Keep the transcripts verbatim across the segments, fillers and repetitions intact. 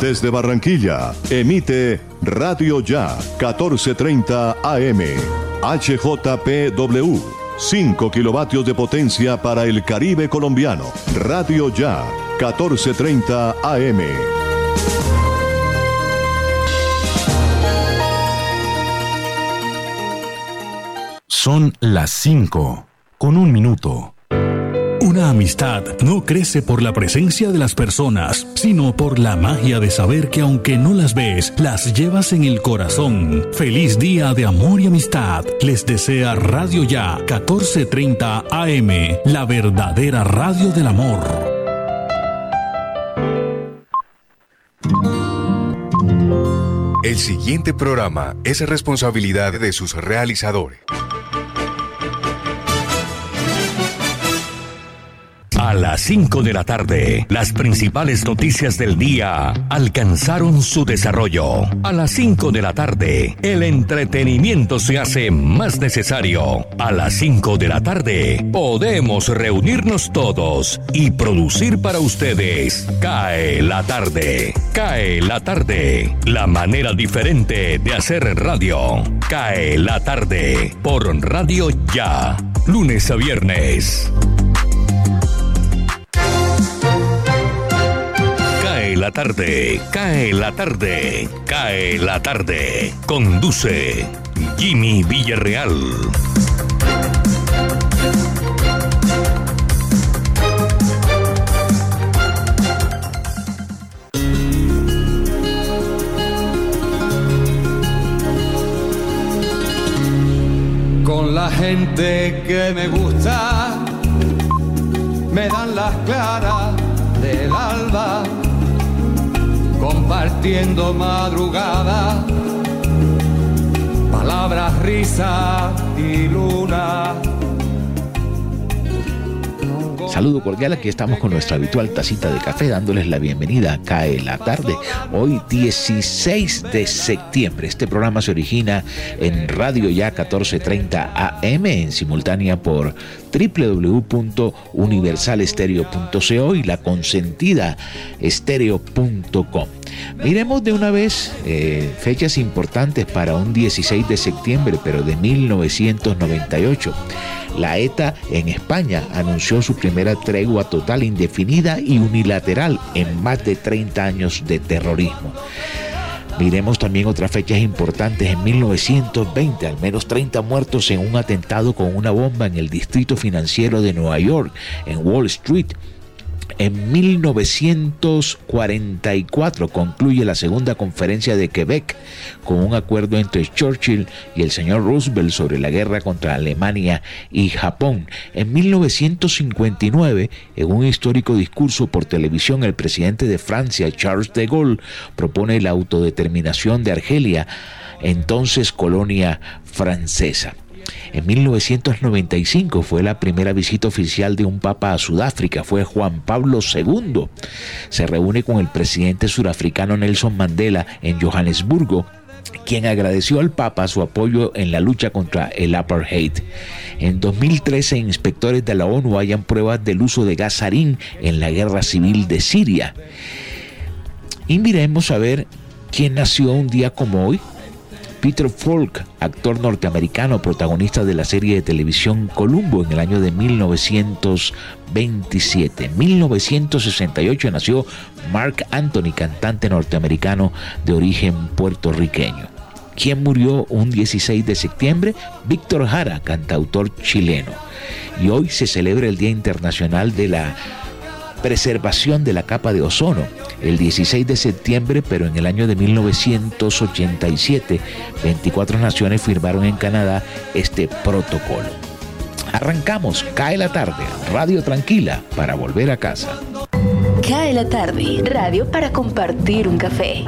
Desde Barranquilla, emite Radio Ya, catorce treinta A M. H J P W, cinco kilovatios de potencia para el Caribe colombiano. Radio Ya, catorce treinta A M. Son las cinco, con un minuto. Una amistad no crece por la presencia de las personas, sino por la magia de saber que aunque no las ves, las llevas en el corazón. Feliz día de amor y amistad. Les desea Radio Ya, catorce treinta A M, la verdadera radio del amor. El siguiente programa es responsabilidad de sus realizadores. A las cinco de la tarde, las principales noticias del día alcanzaron su desarrollo. A las cinco de la tarde, el entretenimiento se hace más necesario. A las cinco de la tarde, podemos reunirnos todos y producir para ustedes. Cae la tarde. Cae la tarde. La manera diferente de hacer radio. Cae la tarde por Radio Ya. Lunes a viernes. Cae la tarde, cae la tarde, cae la tarde. Conduce Jimmy Villarreal. Con la gente que me gusta, me dan las claras del alba, compartiendo madrugada, palabras, risa y luna. Saludo cordial, aquí estamos con nuestra habitual tacita de café, dándoles la bienvenida a Cae la Tarde. Hoy dieciséis de septiembre. Este programa se origina en Radio Ya catorce treinta A M, en simultánea por doble u doble u doble u punto universal estéreo punto co y la consentida estéreo punto com. Miremos de una vez eh, fechas importantes para un dieciséis de septiembre, pero de mil novecientos noventa y ocho. La ETA en España anunció su primera tregua total, indefinida y unilateral en más de treinta años de terrorismo. Miremos también otras fechas importantes. En mil novecientos veinte, al menos treinta muertos en un atentado con una bomba en el distrito financiero de Nueva York, en Wall Street. En mil novecientos cuarenta y cuatro concluye la segunda conferencia de Quebec con un acuerdo entre Churchill y el señor Roosevelt sobre la guerra contra Alemania y Japón. En mil novecientos cincuenta y nueve, en un histórico discurso por televisión, el presidente de Francia, Charles de Gaulle, propone la autodeterminación de Argelia, entonces colonia francesa. En mil novecientos noventa y cinco fue la primera visita oficial de un papa a Sudáfrica, fue Juan Pablo segundo. Se reúne con el presidente surafricano Nelson Mandela en Johannesburgo, quien agradeció al Papa su apoyo en la lucha contra el apartheid. En dos mil trece, inspectores de la ONU hallan pruebas del uso de gas sarín en la guerra civil de Siria. Y miremos a ver quién nació un día como hoy. Peter Falk, actor norteamericano, protagonista de la serie de televisión Columbo en el año de mil novecientos veintisiete. En mil novecientos sesenta y ocho nació Marc Anthony, cantante norteamericano de origen puertorriqueño. ¿Quién murió un dieciséis de septiembre? Víctor Jara, cantautor chileno. Y hoy se celebra el Día Internacional de la Preservación de la Capa de Ozono, el dieciséis de septiembre, pero en el año de mil novecientos ochenta y siete, veinticuatro naciones firmaron en Canadá este protocolo. Arrancamos, Cae la Tarde, radio tranquila para volver a casa. Cae la Tarde, radio para compartir un café.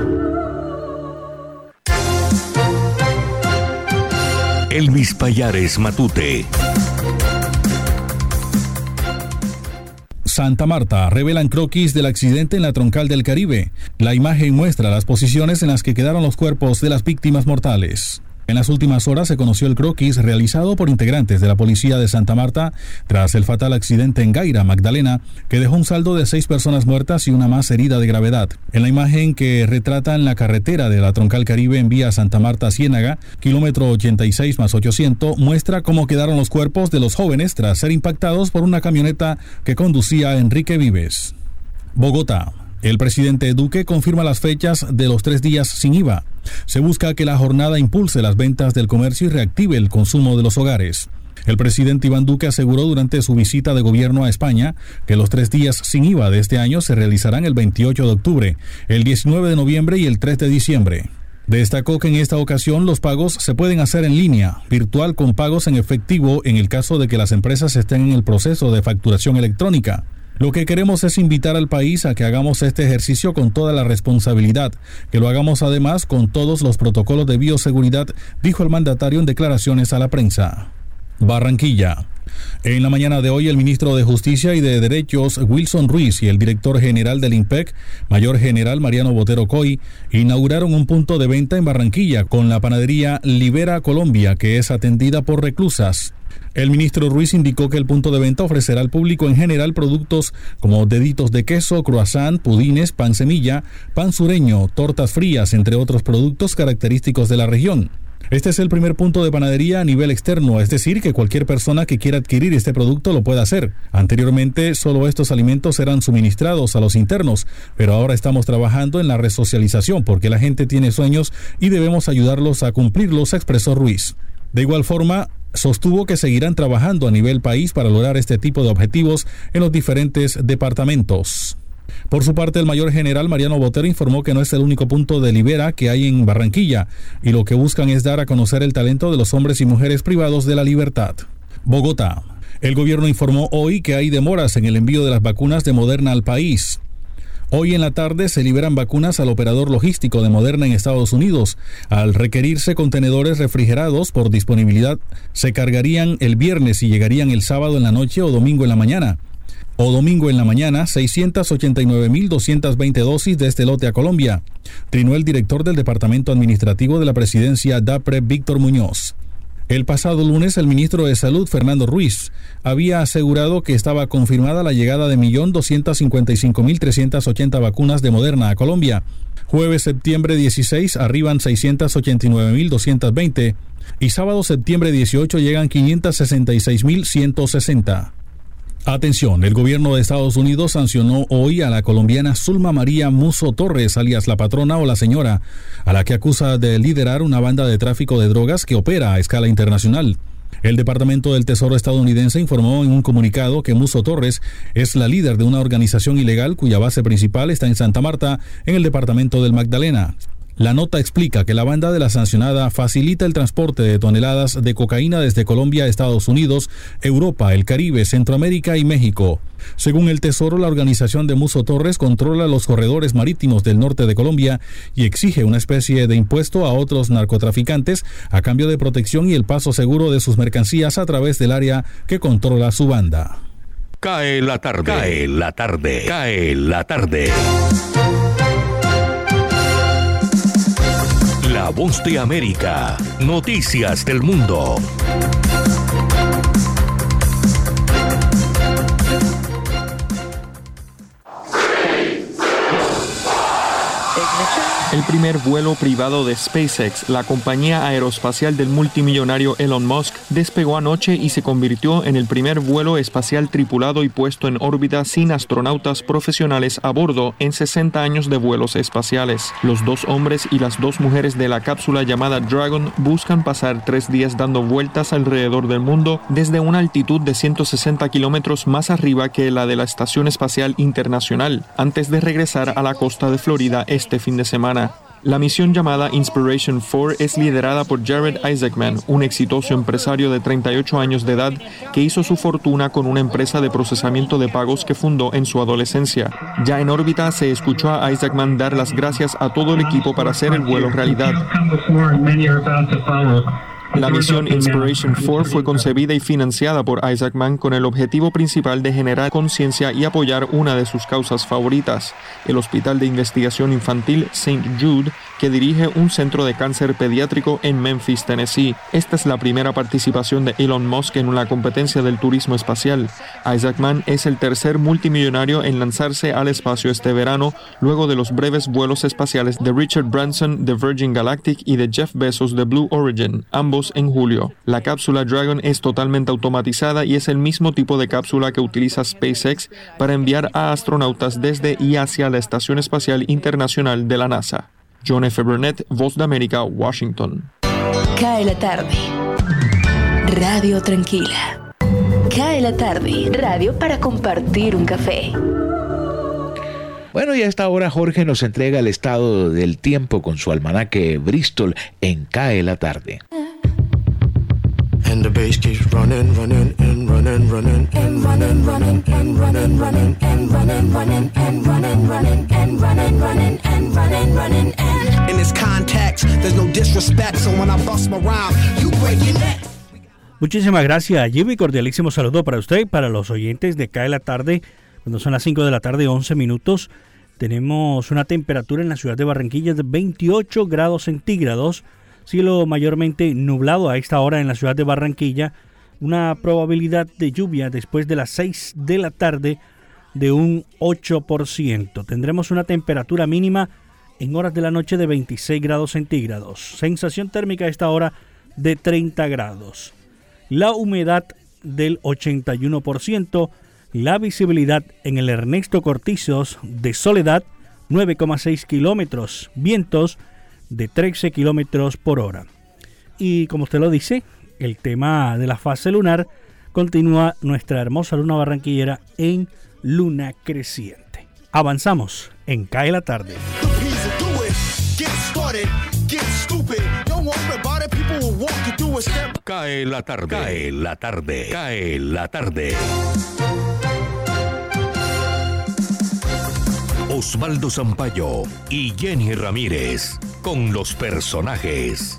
Elvis Payares Matute. Santa Marta, revelan croquis del accidente en la troncal del Caribe. La imagen muestra las posiciones en las que quedaron los cuerpos de las víctimas mortales. En las últimas horas se conoció el croquis realizado por integrantes de la policía de Santa Marta tras el fatal accidente en Gaira, Magdalena, que dejó un saldo de seis personas muertas y una más herida de gravedad. En la imagen que retratan la carretera de la Troncal Caribe en vía Santa Marta-Ciénaga, kilómetro ochenta y seis más ochocientos, muestra cómo quedaron los cuerpos de los jóvenes tras ser impactados por una camioneta que conducía Enrique Vives. Bogotá. El presidente Duque confirma las fechas de los tres días sin I V A. Se busca que la jornada impulse las ventas del comercio y reactive el consumo de los hogares. El presidente Iván Duque aseguró durante su visita de gobierno a España que los tres días sin I V A de este año se realizarán el veintiocho de octubre, el diecinueve de noviembre y el tres de diciembre. Destacó que en esta ocasión los pagos se pueden hacer en línea, virtual con pagos en efectivo en el caso de que las empresas estén en el proceso de facturación electrónica. Lo que queremos es invitar al país a que hagamos este ejercicio con toda la responsabilidad, que lo hagamos además con todos los protocolos de bioseguridad, dijo el mandatario en declaraciones a la prensa. Barranquilla. En la mañana de hoy, el ministro de Justicia y de Derechos, Wilson Ruiz, y el director general del IMPEC, mayor general Mariano Botero Coy, inauguraron un punto de venta en Barranquilla con la panadería Libera Colombia, que es atendida por reclusas. El ministro Ruiz indicó que el punto de venta ofrecerá al público en general productos como deditos de queso, croissant, pudines, pan semilla, pan sureño, tortas frías, entre otros productos característicos de la región. Este es el primer punto de panadería a nivel externo, es decir, que cualquier persona que quiera adquirir este producto lo puede hacer. Anteriormente, solo estos alimentos eran suministrados a los internos, pero ahora estamos trabajando en la resocialización porque la gente tiene sueños y debemos ayudarlos a cumplirlos, expresó Ruiz. De igual forma, sostuvo que seguirán trabajando a nivel país para lograr este tipo de objetivos en los diferentes departamentos. Por su parte, el mayor general Mariano Botero informó que no es el único punto de Libera que hay en Barranquilla y lo que buscan es dar a conocer el talento de los hombres y mujeres privados de la libertad. Bogotá. El gobierno informó hoy que hay demoras en el envío de las vacunas de Moderna al país. Hoy en la tarde se liberan vacunas al operador logístico de Moderna en Estados Unidos. Al requerirse contenedores refrigerados por disponibilidad, se cargarían el viernes y llegarían el sábado en la noche o domingo en la mañana. O domingo en la mañana, seiscientas ochenta y nueve mil doscientas veinte dosis de este lote a Colombia, trinó el director del Departamento Administrativo de la Presidencia DAPRE, Víctor Muñoz. El pasado lunes, el ministro de Salud, Fernando Ruiz, había asegurado que estaba confirmada la llegada de un millón doscientas cincuenta y cinco mil trescientas ochenta vacunas de Moderna a Colombia. Jueves septiembre dieciséis arriban seiscientas ochenta y nueve mil doscientas veinte y sábado septiembre dieciocho llegan quinientas sesenta y seis mil ciento sesenta. Atención, el gobierno de Estados Unidos sancionó hoy a la colombiana Zulma María Musso Torres, alias La Patrona o La Señora, a la que acusa de liderar una banda de tráfico de drogas que opera a escala internacional. El Departamento del Tesoro estadounidense informó en un comunicado que Musso Torres es la líder de una organización ilegal cuya base principal está en Santa Marta, en el departamento del Magdalena. La nota explica que la banda de la sancionada facilita el transporte de toneladas de cocaína desde Colombia a Estados Unidos, Europa, el Caribe, Centroamérica y México. Según el Tesoro, la organización de Musso Torres controla los corredores marítimos del norte de Colombia y exige una especie de impuesto a otros narcotraficantes a cambio de protección y el paso seguro de sus mercancías a través del área que controla su banda. Cae la tarde, cae la tarde, cae la tarde. La Voz de América. Noticias del mundo. El primer vuelo privado de SpaceX, la compañía aeroespacial del multimillonario Elon Musk, despegó anoche y se convirtió en el primer vuelo espacial tripulado y puesto en órbita sin astronautas profesionales a bordo en sesenta años de vuelos espaciales. Los dos hombres y las dos mujeres de la cápsula llamada Dragon buscan pasar tres días dando vueltas alrededor del mundo desde una altitud de ciento sesenta kilómetros más arriba que la de la Estación Espacial Internacional, antes de regresar a la costa de Florida este fin de semana. La misión llamada Inspiration cuatro es liderada por Jared Isaacman, un exitoso empresario de treinta y ocho años de edad que hizo su fortuna con una empresa de procesamiento de pagos que fundó en su adolescencia. Ya en órbita se escuchó a Isaacman dar las gracias a todo el equipo para hacer el vuelo realidad. La misión Inspiration cuatro fue concebida y financiada por Isaac Mann con el objetivo principal de generar conciencia y apoyar una de sus causas favoritas, el Hospital de Investigación Infantil Saint Jude, que dirige un centro de cáncer pediátrico en Memphis, Tennessee. Esta es la primera participación de Elon Musk en una competencia del turismo espacial. Isaac Mann es el tercer multimillonario en lanzarse al espacio este verano, luego de los breves vuelos espaciales de Richard Branson de Virgin Galactic y de Jeff Bezos de Blue Origin, ambos en julio. La cápsula Dragon es totalmente automatizada y es el mismo tipo de cápsula que utiliza SpaceX para enviar a astronautas desde y hacia la Estación Espacial Internacional de la NASA. John F. Burnett, Voz de América, Washington. Cae la tarde. Radio tranquila. Cae la tarde. Radio para compartir un café. Bueno, y a esta hora Jorge nos entrega el estado del tiempo con su almanaque Bristol en Cae la tarde. And the bass keeps running, running, and running, running, and running, running, and running, running, and running, running, and running, running, and running, running, and running, running, and in this context, there's no disrespect, so when I bust my rhyme, you break your neck. Muchísimas gracias, Jimmy. Cordialísimo saludo para usted y para los oyentes de Cae la tarde. Cuando son las cinco de la tarde, once minutos, tenemos una temperatura en la ciudad de Barranquilla de veintiocho grados centígrados. Cielo mayormente nublado a esta hora en la ciudad de Barranquilla. Una probabilidad de lluvia después de las seis de la tarde de un ocho por ciento. Tendremos una temperatura mínima en horas de la noche de veintiséis grados centígrados. Sensación térmica a esta hora de treinta grados. La humedad del ochenta y uno por ciento. La visibilidad en el Ernesto Cortizos de Soledad, nueve coma seis kilómetros. Vientos de trece kilómetros por hora. Y como usted lo dice, el tema de la fase lunar, continúa nuestra hermosa luna barranquillera en luna creciente. Avanzamos en Cae la tarde. Cae la tarde, cae la tarde, cae la tarde. Osvaldo Sampaio y Jenny Ramírez con los personajes.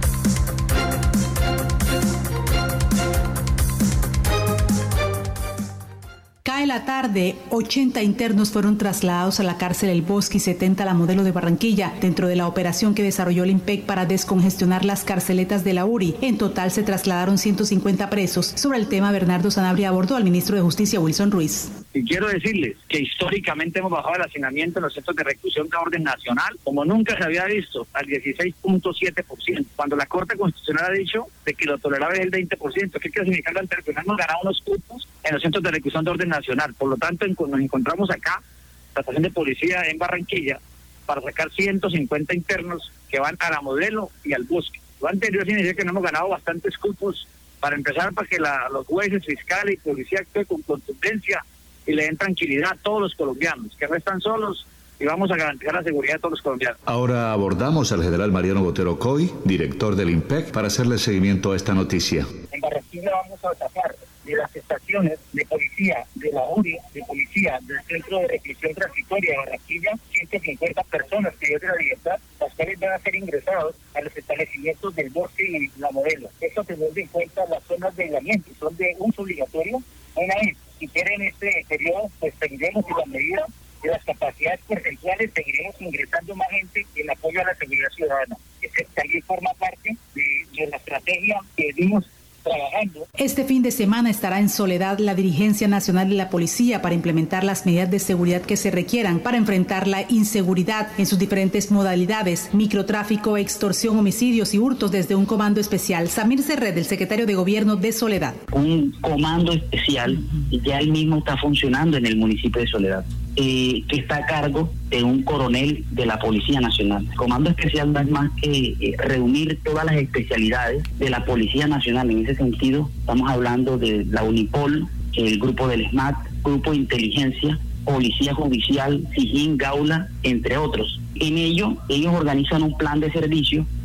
Cae la tarde, ochenta internos fueron trasladados a la cárcel El Bosque y setenta a la Modelo de Barranquilla, dentro de la operación que desarrolló el IMPEC para descongestionar las carceletas de la U R I. En total se trasladaron ciento cincuenta presos. Sobre el tema, Bernardo Sanabria abordó al ministro de Justicia, Wilson Ruiz. Y quiero decirles que históricamente hemos bajado el hacinamiento en los centros de reclusión de orden nacional, como nunca se había visto, al dieciséis punto siete por ciento. Cuando la Corte Constitucional ha dicho de que lo tolerable es el veinte por ciento, ¿qué quiere significar? La anterior hemos ganado unos cupos en los centros de reclusión de orden nacional. Por lo tanto, en, nos encontramos acá, la estación de policía en Barranquilla, para sacar ciento cincuenta internos que van a la Modelo y al Bosque. Lo anterior significa que no hemos ganado bastantes cupos para empezar, para que la, los jueces, fiscales y policía actúen con contundencia y le den tranquilidad a todos los colombianos, que no están solos, y vamos a garantizar la seguridad de todos los colombianos. Ahora abordamos al general Mariano Botero Coy, director del IMPEC, para hacerle seguimiento a esta noticia. En Barranquilla vamos a sacar de las estaciones de policía, de la U R I, de policía, del Centro de Reclusión Transitoria de Barranquilla, ciento cincuenta personas que viven de la libertad, las cuales van a ser ingresados a los establecimientos del Bosque y la Modelo. Esto teniendo en cuenta las zonas de aislamiento, son de uso obligatorio. Una vez, si quieren este periodo, pues seguiremos en la medida de las capacidades porcentuales, seguiremos ingresando más gente en apoyo a la seguridad ciudadana. Este también forma parte de, de la estrategia que vimos trabajando. Este fin de semana estará en Soledad la Dirigencia Nacional de la Policía para implementar las medidas de seguridad que se requieran para enfrentar la inseguridad en sus diferentes modalidades: microtráfico, extorsión, homicidios y hurtos, desde un comando especial. Samir Serret, el secretario de Gobierno de Soledad. Un comando especial ya el mismo está funcionando en el municipio de Soledad, eh, que está a cargo de un coronel de la Policía Nacional. El comando especial no es más que eh, reunir todas las especialidades de la Policía Nacional. En ese sentido, estamos hablando de la Unipol, el grupo del S M A T, grupo de inteligencia, Policía Judicial, SIJIN, Gaula, entre otros. En ello, ellos organizan un plan de servicio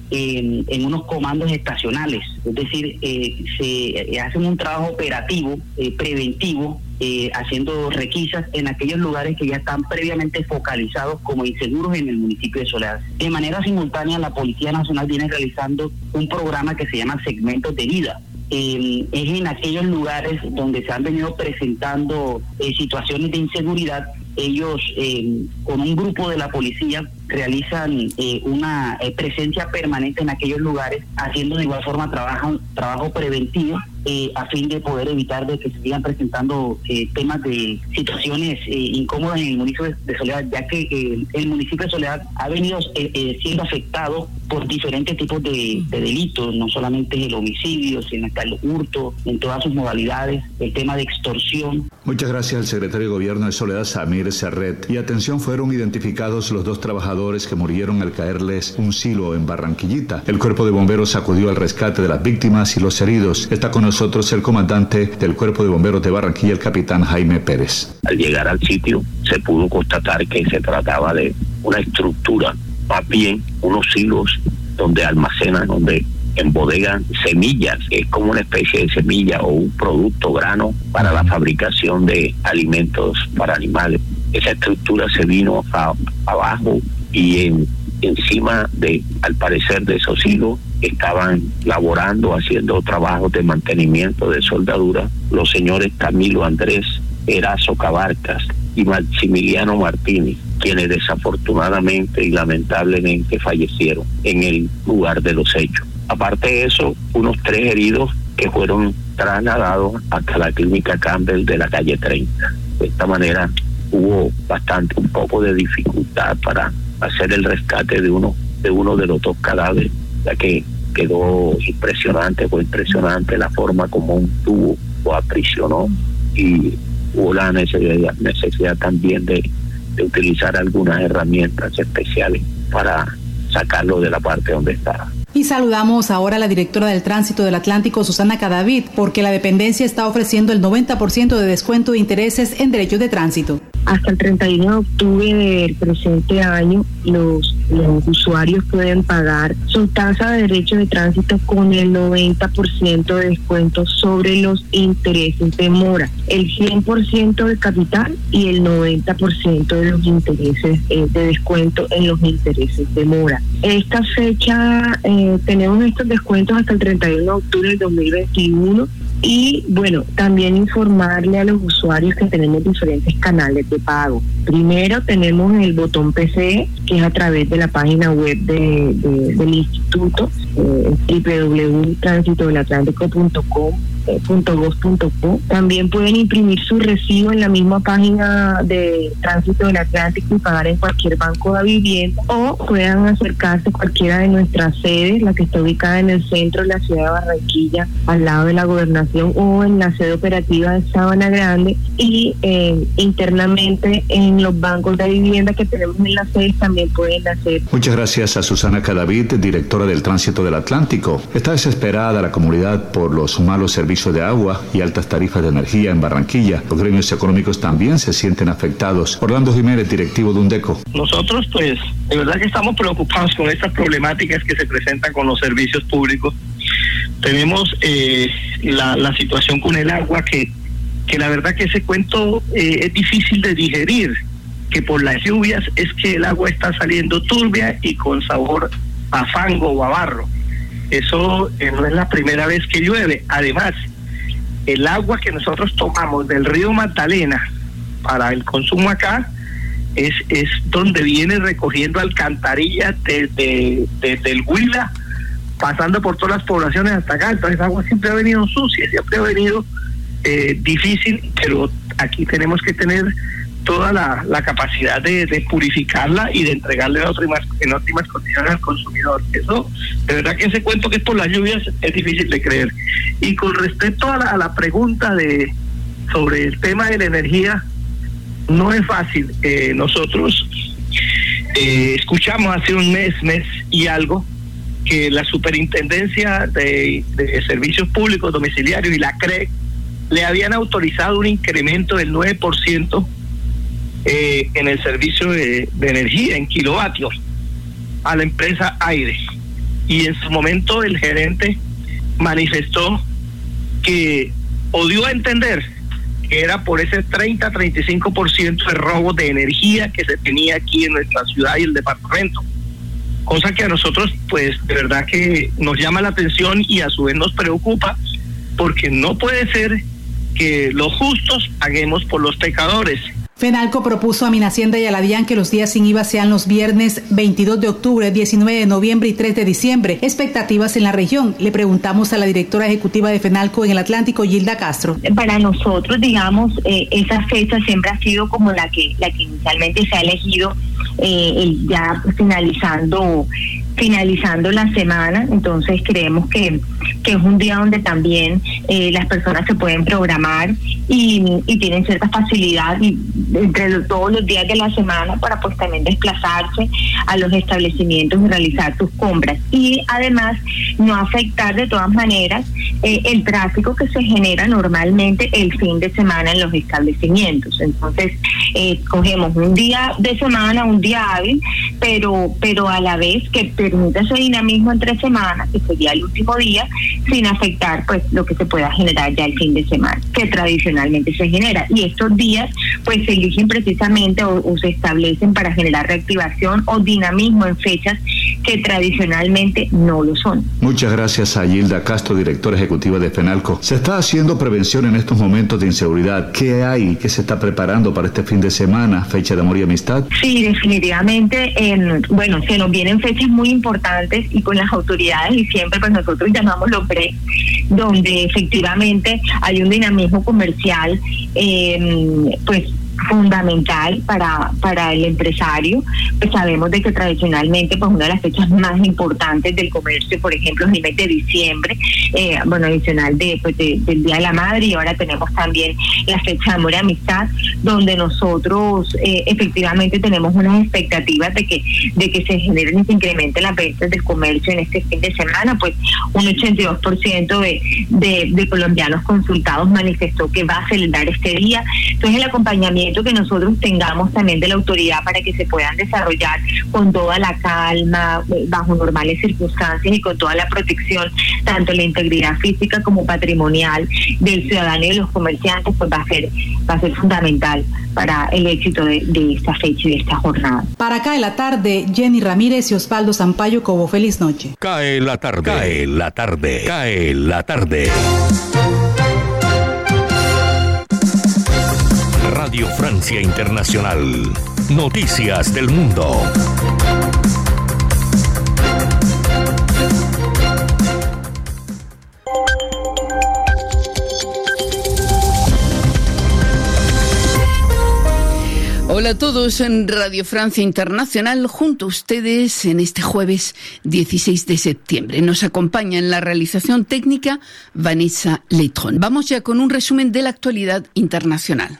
en, en unos comandos estacionales, es decir, eh, se eh, hacen un trabajo operativo, eh, preventivo, eh, haciendo requisas en aquellos lugares que ya están previamente focalizados como inseguros en el municipio de Soledad. De manera simultánea, la Policía Nacional viene realizando un programa que se llama Segmentos de Vida. Eh, es en aquellos lugares donde se han venido presentando eh, situaciones de inseguridad. Ellos eh, con un grupo de la policía realizan eh, una eh, presencia permanente en aquellos lugares, haciendo de igual forma trabajo, trabajo preventivo eh, a fin de poder evitar de que se sigan presentando eh, temas de situaciones eh, incómodas en el municipio de Soledad, ya que eh, el municipio de Soledad ha venido eh, eh, siendo afectado por diferentes tipos de, de delitos, no solamente el homicidio, sino hasta el hurto en todas sus modalidades, el tema de extorsión. Muchas gracias al secretario de Gobierno de Soledad, Samir Serret. Y atención, fueron identificados los dos trabajadores que murieron al caerles un silo en Barranquillita. El cuerpo de bomberos acudió al rescate de las víctimas y los heridos. Está con nosotros el comandante del cuerpo de bomberos de Barranquilla, el capitán Jaime Pérez. Al llegar al sitio se pudo constatar que se trataba de una estructura, más bien unos silos donde almacenan, donde embodegan semillas, que es como una especie de semilla o un producto grano para la fabricación de alimentos para animales. Esa estructura se vino a, abajo y en, encima de, al parecer, de esos hilos estaban laborando, haciendo trabajos de mantenimiento de soldadura los señores Camilo Andrés Erazo Cabarcas y Maximiliano Martínez, quienes desafortunadamente y lamentablemente fallecieron en el lugar de los hechos. Aparte de eso, unos tres heridos que fueron trasladados hasta la clínica Campbell de la calle treinta. De esta manera hubo bastante, un poco de dificultad para hacer el rescate de uno de uno de los dos cadáveres, ya que quedó impresionante, fue impresionante la forma como un tubo lo aprisionó, y hubo la necesidad, necesidad también de, de utilizar algunas herramientas especiales para sacarlo de la parte donde estaba. Y saludamos ahora a la directora del Tránsito del Atlántico, Susana Cadavid, porque la dependencia está ofreciendo el noventa por ciento de descuento de intereses en derechos de tránsito. Hasta el treinta y uno de octubre del presente año, los, los usuarios pueden pagar su tasa de derecho de tránsito con el noventa por ciento de descuento sobre los intereses de mora, el cien por ciento de capital y el noventa por ciento de los intereses eh, de descuento en los intereses de mora. Esta fecha eh, tenemos estos descuentos hasta el treinta y uno de octubre del dos mil veintiuno. Y bueno, también informarle a los usuarios que tenemos diferentes canales de pago. Primero tenemos el botón P C E, que es a través de la página web de, de, del instituto, eh, doble u doble u doble u punto tránsito del atlántico punto com. También pueden imprimir su recibo en la misma página de Tránsito del Atlántico y pagar en cualquier banco de vivienda, o puedan acercarse a cualquiera de nuestras sedes, la que está ubicada en el centro de la ciudad de Barranquilla, al lado de la gobernación, o en la sede operativa de Sabana Grande, y eh, internamente en los bancos de vivienda que tenemos en las sedes también pueden hacer. Muchas gracias a Susana Cadavid, directora del Tránsito del Atlántico. Está desesperada la comunidad por los malos servicios de agua y altas tarifas de energía en Barranquilla. Los gremios económicos también se sienten afectados. Orlando Jiménez, directivo de UNDECO. Nosotros, pues, de verdad que estamos preocupados con estas problemáticas que se presentan con los servicios públicos. Tenemos eh, la, la situación con el agua, que, que la verdad que ese cuento eh, es difícil de digerir, que por las lluvias es que el agua está saliendo turbia y con sabor a fango o a barro. Eso eh, no es la primera vez que llueve. Además, el agua que nosotros tomamos del río Magdalena para el consumo acá es, es donde viene recogiendo alcantarillas desde, desde el Huila, pasando por todas las poblaciones hasta acá. Entonces, el agua siempre ha venido sucia, siempre ha venido eh, difícil, pero aquí tenemos que tener toda la, la capacidad de, de purificarla y de entregarle en óptimas, en óptimas condiciones al consumidor. Eso, de verdad que ese cuento que es por las lluvias es difícil de creer. Y con respecto a la, a la pregunta de sobre el tema de la energía, no es fácil. Eh, nosotros eh, escuchamos hace un mes, mes y algo, que la Superintendencia de, de Servicios Públicos Domiciliarios y la C R E C le habían autorizado un incremento del nueve por ciento Eh, en el servicio de, de energía, en kilovatios, a la empresa Aire. y en su momento el gerente manifestó que o dio a entender que era por ese treinta a treinta y cinco por ciento de robo de energía que se tenía aquí en nuestra ciudad y el departamento, cosa que a nosotros pues de verdad que nos llama la atención y a su vez nos preocupa, porque no puede ser que los justos paguemos por los pecadores. Fenalco propuso a Minacienda y a la DIAN que los días sin I V A sean los viernes veintidós de octubre, diecinueve de noviembre y tres de diciembre. Expectativas en la región. Le preguntamos a la directora ejecutiva de Fenalco en el Atlántico, Gilda Castro. Para nosotros, digamos, eh, esa fecha siempre ha sido como la que, la que inicialmente se ha elegido, eh, el ya finalizando finalizando la semana. Entonces creemos que, que es un día donde también eh, las personas se pueden programar y, y tienen cierta facilidad y, entre los, todos los días de la semana para pues también desplazarse a los establecimientos y realizar sus compras, y además no afectar de todas maneras eh, el tráfico que se genera normalmente el fin de semana en los establecimientos. Entonces eh, cogemos un día de semana, un día hábil, pero pero a la vez que permita ese dinamismo entre semanas, que sería el último día, sin afectar pues lo que se pueda generar ya el fin de semana, que tradicionalmente se genera. Y estos días pues se eligen precisamente o, o se establecen para generar reactivación o dinamismo en fechas que tradicionalmente no lo son. Muchas gracias a Gilda Castro, directora ejecutiva de Fenalco. ¿Se está haciendo prevención en estos momentos de inseguridad? ¿Qué hay? ¿Qué se está preparando para este fin de semana, fecha de amor y amistad? Sí, definitivamente. Eh, bueno, se nos vienen fechas muy importantes y con las autoridades, y siempre pues nosotros llamamos los pre, donde efectivamente hay un dinamismo comercial eh, pues fundamental para para el empresario. Pues sabemos de que tradicionalmente pues una de las fechas más importantes del comercio, por ejemplo, es el mes de diciembre, eh, bueno, adicional de, pues, de, del Día de la Madre, y ahora tenemos también la fecha de amor y amistad, donde nosotros eh, efectivamente tenemos unas expectativas de que de que se generen y se incrementen las ventas del comercio en este fin de semana. Pues un ochenta y dos por ciento de, de, de colombianos consultados manifestó que va a celebrar este día. Entonces el acompañamiento que nosotros tengamos también de la autoridad para que se puedan desarrollar con toda la calma, bajo normales circunstancias y con toda la protección, tanto la integridad física como patrimonial del ciudadano y de los comerciantes, pues va a ser, va a ser fundamental para el éxito de, de esta fecha y de esta jornada. Para Cae la Tarde, Jenny Ramírez y Osvaldo Sampaio Cobo. Feliz noche. Cae la tarde, cae la tarde, cae la tarde. Radio Francia Internacional. Noticias del mundo. Hola a todos en Radio Francia Internacional, junto a ustedes en este jueves dieciséis de septiembre. Nos acompaña en la realización técnica Vanessa Leitron. Vamos ya con un resumen de la actualidad internacional.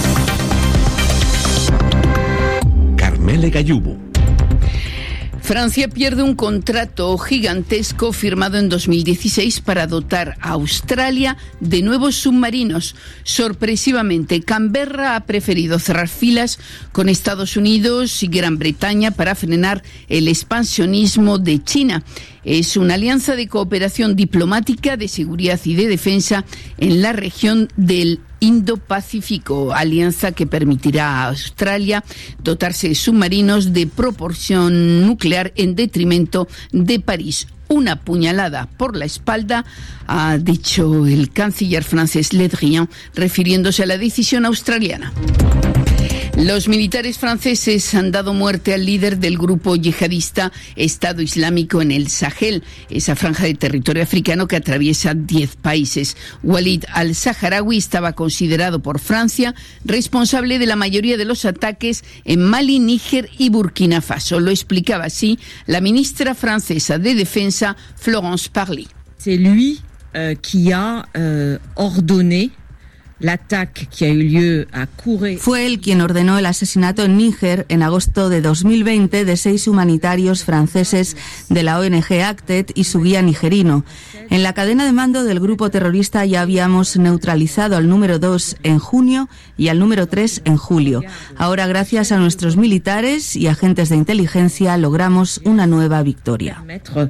Carmele Gallubo. Francia pierde un contrato gigantesco firmado en dos mil dieciséis para dotar a Australia de nuevos submarinos. Sorpresivamente, Canberra ha preferido cerrar filas con Estados Unidos y Gran Bretaña para frenar el expansionismo de China. Es una alianza de cooperación diplomática, de seguridad y de defensa en la región del Indo-Pacífico, alianza que permitirá a Australia dotarse de submarinos de proporción nuclear en detrimento de París. Una puñalada por la espalda, ha dicho el canciller francés Le Drian, refiriéndose a la decisión australiana. Los militares franceses han dado muerte al líder del grupo yihadista Estado Islámico en el Sahel, esa franja de territorio africano que atraviesa diez países. Walid al-Saharaui estaba considerado por Francia responsable de la mayoría de los ataques en Mali, Níger y Burkina Faso. Lo explicaba así la ministra francesa de Defensa, Florence Parly. C'est lui euh, qui a euh, ordonné Fue él quien ordenó el asesinato en Níger en agosto de dos mil veinte de seis humanitarios franceses de la O N G ACTED y su guía nigerino. En la cadena de mando del grupo terrorista ya habíamos neutralizado al número dos en junio y al número tres en julio. Ahora, gracias a nuestros militares y agentes de inteligencia, logramos una nueva victoria.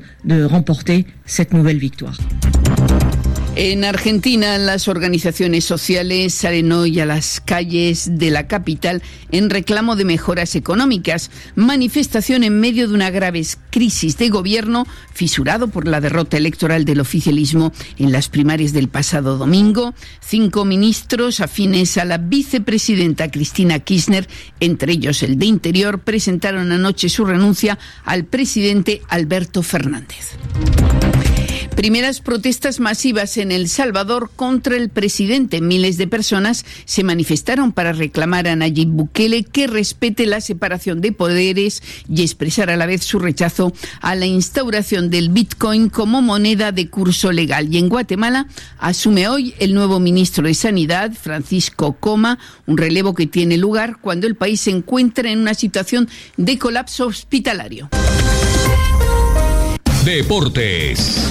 En Argentina, las organizaciones sociales salen hoy a las calles de la capital en reclamo de mejoras económicas. Manifestación en medio de una grave crisis de gobierno fisurado por la derrota electoral del oficialismo en las primarias del pasado domingo. Cinco ministros afines a la vicepresidenta Cristina Kirchner, entre ellos el de Interior, presentaron anoche su renuncia al presidente Alberto Fernández. Primeras protestas masivas en El Salvador contra el presidente. Miles de personas se manifestaron para reclamar a Nayib Bukele que respete la separación de poderes y expresar a la vez su rechazo a la instauración del Bitcoin como moneda de curso legal. Y en Guatemala asume hoy el nuevo ministro de Sanidad, Francisco Coma, un relevo que tiene lugar cuando el país se encuentra en una situación de colapso hospitalario. Deportes.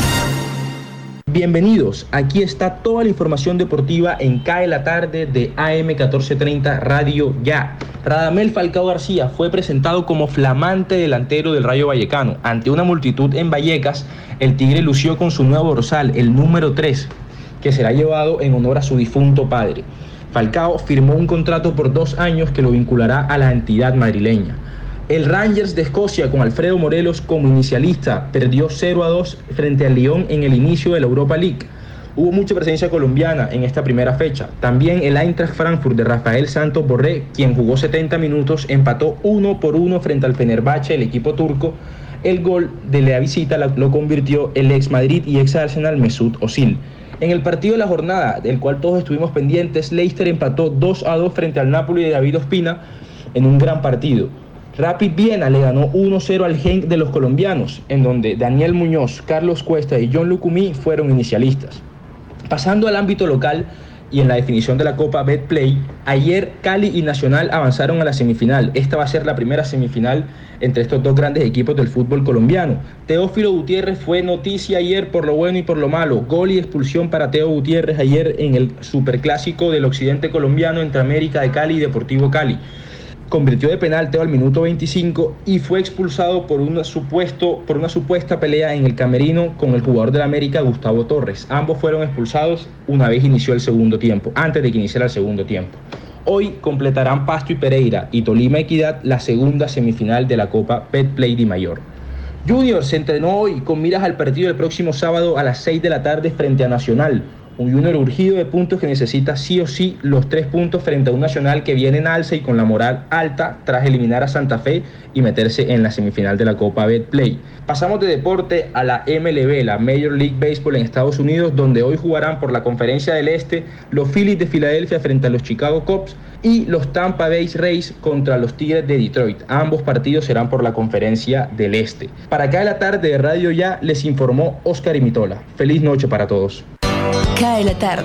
Bienvenidos, aquí está toda la información deportiva en C A E la tarde de A M catorce treinta Radio Ya. Radamel Falcao García fue presentado como flamante delantero del Rayo Vallecano. Ante una multitud en Vallecas, el Tigre lució con su nuevo dorsal, el número tres, que será llevado en honor a su difunto padre. Falcao firmó un contrato por dos años que lo vinculará a la entidad madrileña. El Rangers de Escocia, con Alfredo Morelos como inicialista, perdió cero a dos frente al Lyon en el inicio de la Europa League. Hubo mucha presencia colombiana en esta primera fecha. También el Eintracht Frankfurt de Rafael Santos Borré, quien jugó setenta minutos, empató uno por uno frente al Fenerbahce, el equipo turco. El gol de la visita lo convirtió el ex Madrid y ex Arsenal Mesut Özil. En el partido de la jornada, del cual todos estuvimos pendientes, Leicester empató dos a dos frente al Napoli de David Ospina en un gran partido. Rapid Viena le ganó uno cero al Genk de los colombianos, en donde Daniel Muñoz, Carlos Cuesta y John Lucumí fueron inicialistas. Pasando al ámbito local y en la definición de la Copa Betplay, ayer Cali y Nacional avanzaron a la semifinal. Esta va a ser la primera semifinal entre estos dos grandes equipos del fútbol colombiano. Teófilo Gutiérrez fue noticia ayer por lo bueno y por lo malo. Gol y expulsión para Teo Gutiérrez ayer en el superclásico del occidente colombiano entre América de Cali y Deportivo Cali. Convirtió de penal Teo al minuto veinticinco y fue expulsado por una, supuesto, por una supuesta pelea en el camerino con el jugador del América, Gustavo Torres. Ambos fueron expulsados una vez inició el segundo tiempo, antes de que iniciara el segundo tiempo. Hoy completarán Pasto y Pereira y Tolima Equidad la segunda semifinal de la Copa Betplay Di Mayor. Junior se entrenó hoy con miras al partido del próximo sábado a las seis de la tarde frente a Nacional. Un Junior urgido de puntos que necesita sí o sí los tres puntos frente a un Nacional que viene en alza y con la moral alta tras eliminar a Santa Fe y meterse en la semifinal de la Copa Betplay. Pasamos de deporte a la M L B, la Major League Baseball en Estados Unidos, donde hoy jugarán por la Conferencia del Este los Phillies de Filadelfia frente a los Chicago Cubs y los Tampa Bay Rays contra los Tigres de Detroit. Ambos partidos serán por la Conferencia del Este. Para acá en la tarde de Radio Ya les informó Oscar Imitola. Feliz noche para todos. Cae la tarde.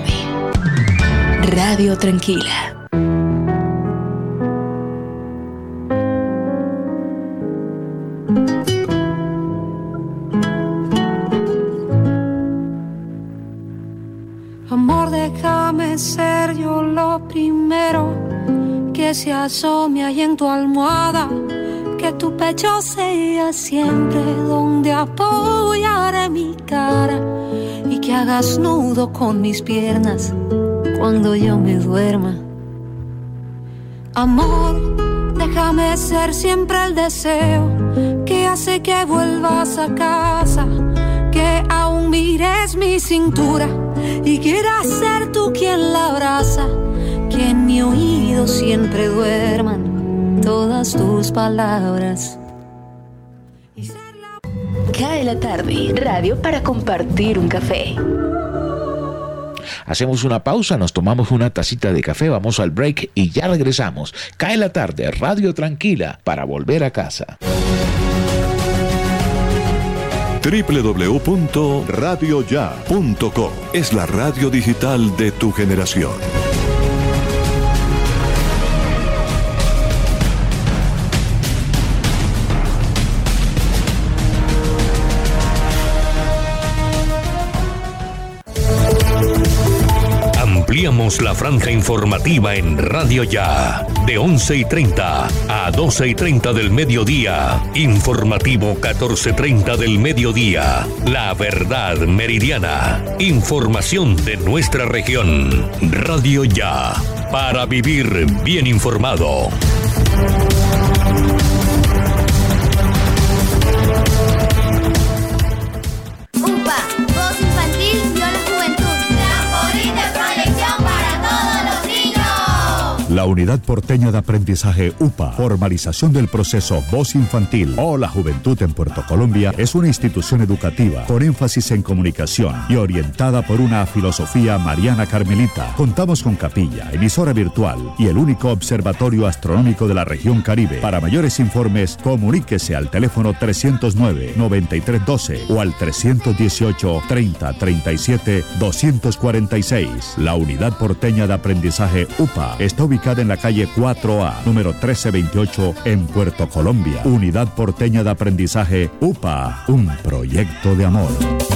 Radio Tranquila. Amor, déjame ser yo lo primero que se asome ahí en tu almohada. Que tu pecho sea siempre donde apoyaré mi cara. Y que hagas nudo con mis piernas cuando yo me duerma. Amor, déjame ser siempre el deseo que hace que vuelvas a casa, que aún mires mi cintura y quieras ser tú quien la abraza, que en mi oído siempre duerman todas tus palabras. Cae la tarde, radio para compartir un café. Hacemos una pausa, nos tomamos una tacita de café, vamos al break y ya regresamos. Cae la tarde, radio tranquila para volver a casa. doble u doble u doble u punto radio ya punto com. Es la radio digital de tu generación. Ampliamos la franja informativa en Radio Ya, de once y treinta a doce y treinta del mediodía. Informativo catorce treinta del mediodía. La Verdad Meridiana. Información de nuestra región. Radio Ya, para vivir bien informado. La Unidad Porteña de Aprendizaje U P A, formalización del proceso Voz Infantil o la Juventud en Puerto Colombia, es una institución educativa con énfasis en comunicación y orientada por una filosofía mariana carmelita. Contamos con capilla, emisora virtual y el único observatorio astronómico de la región Caribe. Para mayores informes, comuníquese al teléfono trescientos nueve, noventa y tres doce o al trescientos dieciocho, treinta, treinta y siete, doscientos cuarenta y seis. La Unidad Porteña de Aprendizaje U P A está ubicada en la calle cuatro A, número trece veintiocho, en Puerto Colombia. Unidad Porteña de Aprendizaje U P A, un proyecto de amor.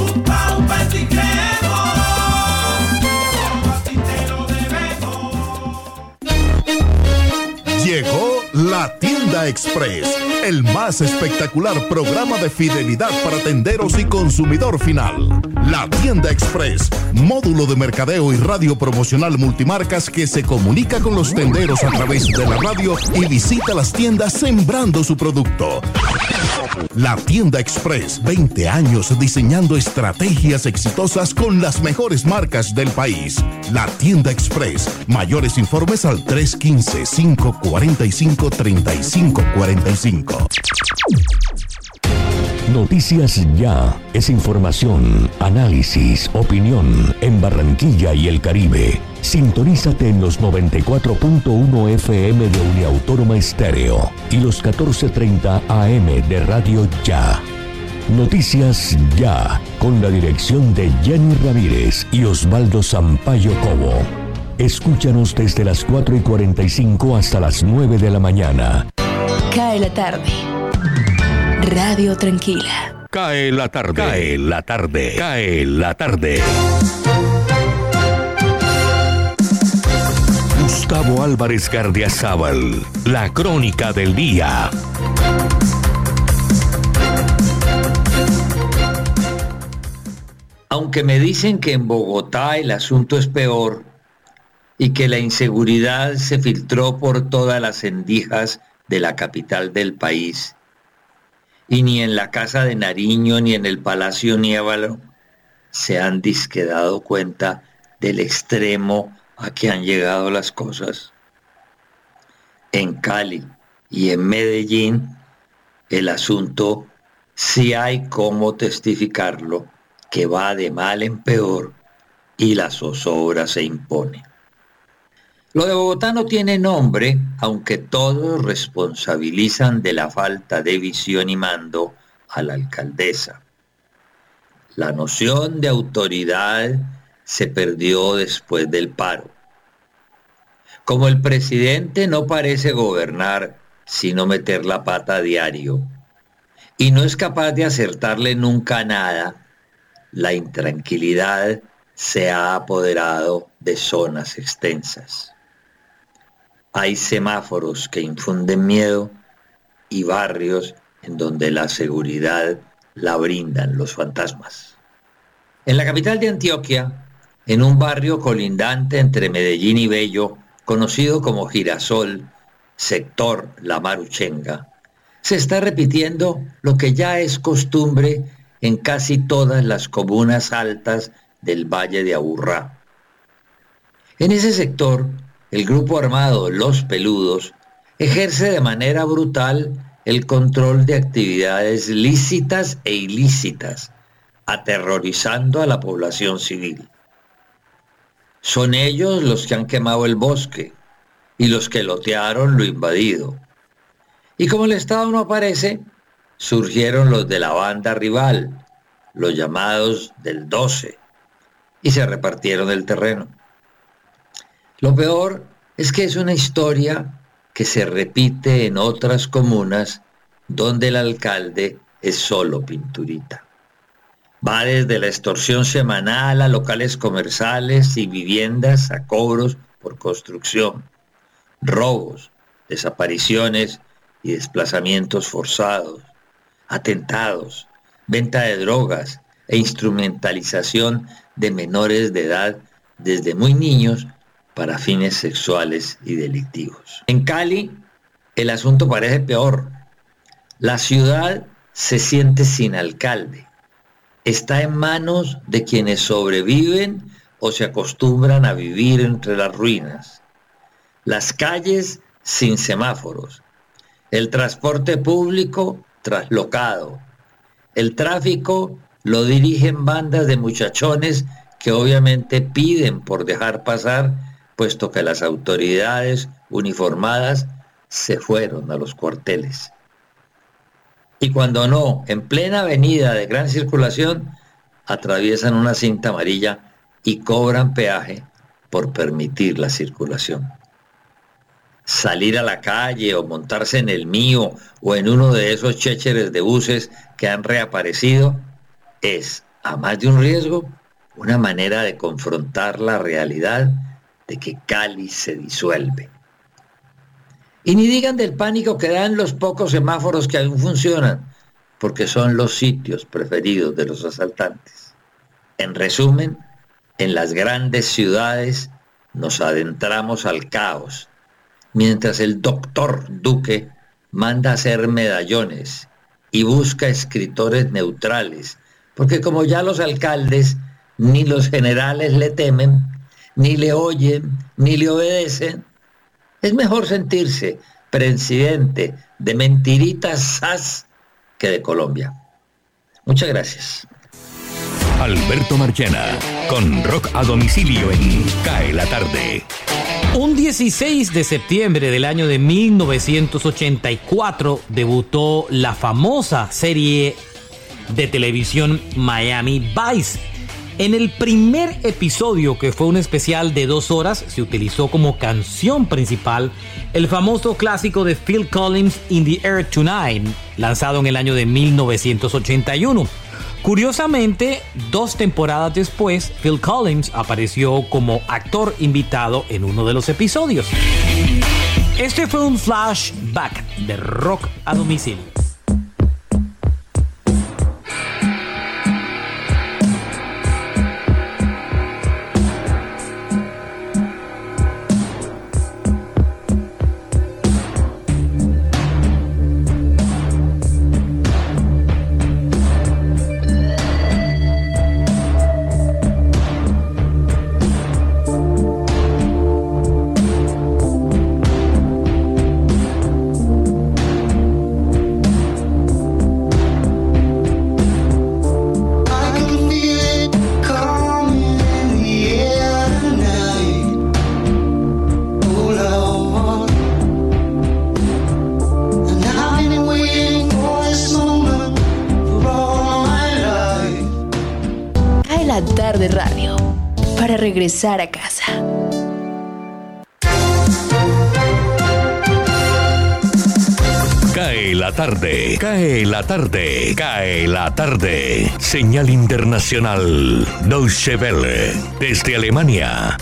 Llegó La Tienda Express, el más espectacular programa de fidelidad para tenderos y consumidor final. La Tienda Express, módulo de mercadeo y radio promocional multimarcas que se comunica con los tenderos a través de la radio y visita las tiendas sembrando su producto. La Tienda Express, veinte años diseñando estrategias exitosas con las mejores marcas del país. La Tienda Express, mayores informes al tres uno cinco, cinco cuatro cinco, tres cinco cuatro cinco. Noticias Ya es información, análisis, opinión en Barranquilla y el Caribe. Sintonízate en los noventa y cuatro punto uno F M de Uniautónoma Estéreo y los catorce treinta A M de Radio Ya. Noticias Ya, con la dirección de Jenny Ramírez y Osvaldo Sampaio Cobo. Escúchanos desde las cuatro y cuarenta y cinco hasta las nueve de la mañana. Cae la tarde. Radio Tranquila. Cae la tarde. Cae la tarde. Cae la tarde. Gustavo Álvarez Gardiazabal, la crónica del día. Aunque me dicen que en Bogotá el asunto es peor y que la inseguridad se filtró por todas las endijas de la capital del país, y ni en la Casa de Nariño ni en el Palacio Niévalo se han disque dado cuenta del extremo a que han llegado las cosas. En Cali y en Medellín el asunto sí hay cómo testificarlo, que va de mal en peor y la zozobra se impone. Lo de Bogotá no tiene nombre, aunque todos responsabilizan de la falta de visión y mando a la alcaldesa. La noción de autoridad se perdió después del paro. Como el presidente no parece gobernar, sino meter la pata a diario, y no es capaz de acertarle nunca nada, la intranquilidad se ha apoderado de zonas extensas. Hay semáforos que infunden miedo y barrios en donde la seguridad la brindan los fantasmas. En la capital de Antioquia, en un barrio colindante entre Medellín y Bello, conocido como Girasol, sector La Maruchenga, se está repitiendo lo que ya es costumbre en casi todas las comunas altas del Valle de Aburrá. En ese sector, el grupo armado Los Peludos ejerce de manera brutal el control de actividades lícitas e ilícitas, aterrorizando a la población civil. Son ellos los que han quemado el bosque y los que lotearon lo invadido. Y como el Estado no aparece, surgieron los de la banda rival, los llamados del doce, y se repartieron el terreno. Lo peor es que es una historia que se repite en otras comunas donde el alcalde es solo pinturita. Va desde la extorsión semanal a locales comerciales y viviendas a cobros por construcción, robos, desapariciones y desplazamientos forzados, atentados, venta de drogas e instrumentalización de menores de edad desde muy niños para fines sexuales y delictivos. En Cali, el asunto parece peor. La ciudad se siente sin alcalde. Está en manos de quienes sobreviven o se acostumbran a vivir entre las ruinas. Las calles sin semáforos. El transporte público traslocado. El tráfico lo dirigen bandas de muchachones que obviamente piden por dejar pasar, puesto que las autoridades uniformadas se fueron a los cuarteles. Y cuando no, en plena avenida de gran circulación, atraviesan una cinta amarilla y cobran peaje por permitir la circulación. Salir a la calle o montarse en el mío o en uno de esos chécheres de buses que han reaparecido es, a más de un riesgo, una manera de confrontar la realidad de que Cali se disuelve. Y ni digan del pánico que dan los pocos semáforos que aún funcionan, porque son los sitios preferidos de los asaltantes. En resumen, en las grandes ciudades nos adentramos al caos, mientras el doctor Duque manda hacer medallones y busca escritores neutrales, porque como ya los alcaldes ni los generales le temen, ni le oyen, ni le obedecen, es mejor sentirse presidente de mentiritas sas que de Colombia. Muchas gracias. Alberto Marchena, con rock a domicilio en Cae la Tarde. Un dieciséis de septiembre del año de mil novecientos ochenta y cuatro debutó la famosa serie de televisión Miami Vice. En el primer episodio, que fue un especial de dos horas, se utilizó como canción principal el famoso clásico de Phil Collins, In the Air Tonight, lanzado en el año de mil novecientos ochenta y uno. Curiosamente, dos temporadas después, Phil Collins apareció como actor invitado en uno de los episodios. Este fue un flashback de rock a domicilio. De radio para regresar a casa. Cae la tarde, cae la tarde, cae la tarde. Señal internacional Deutsche Welle desde Alemania.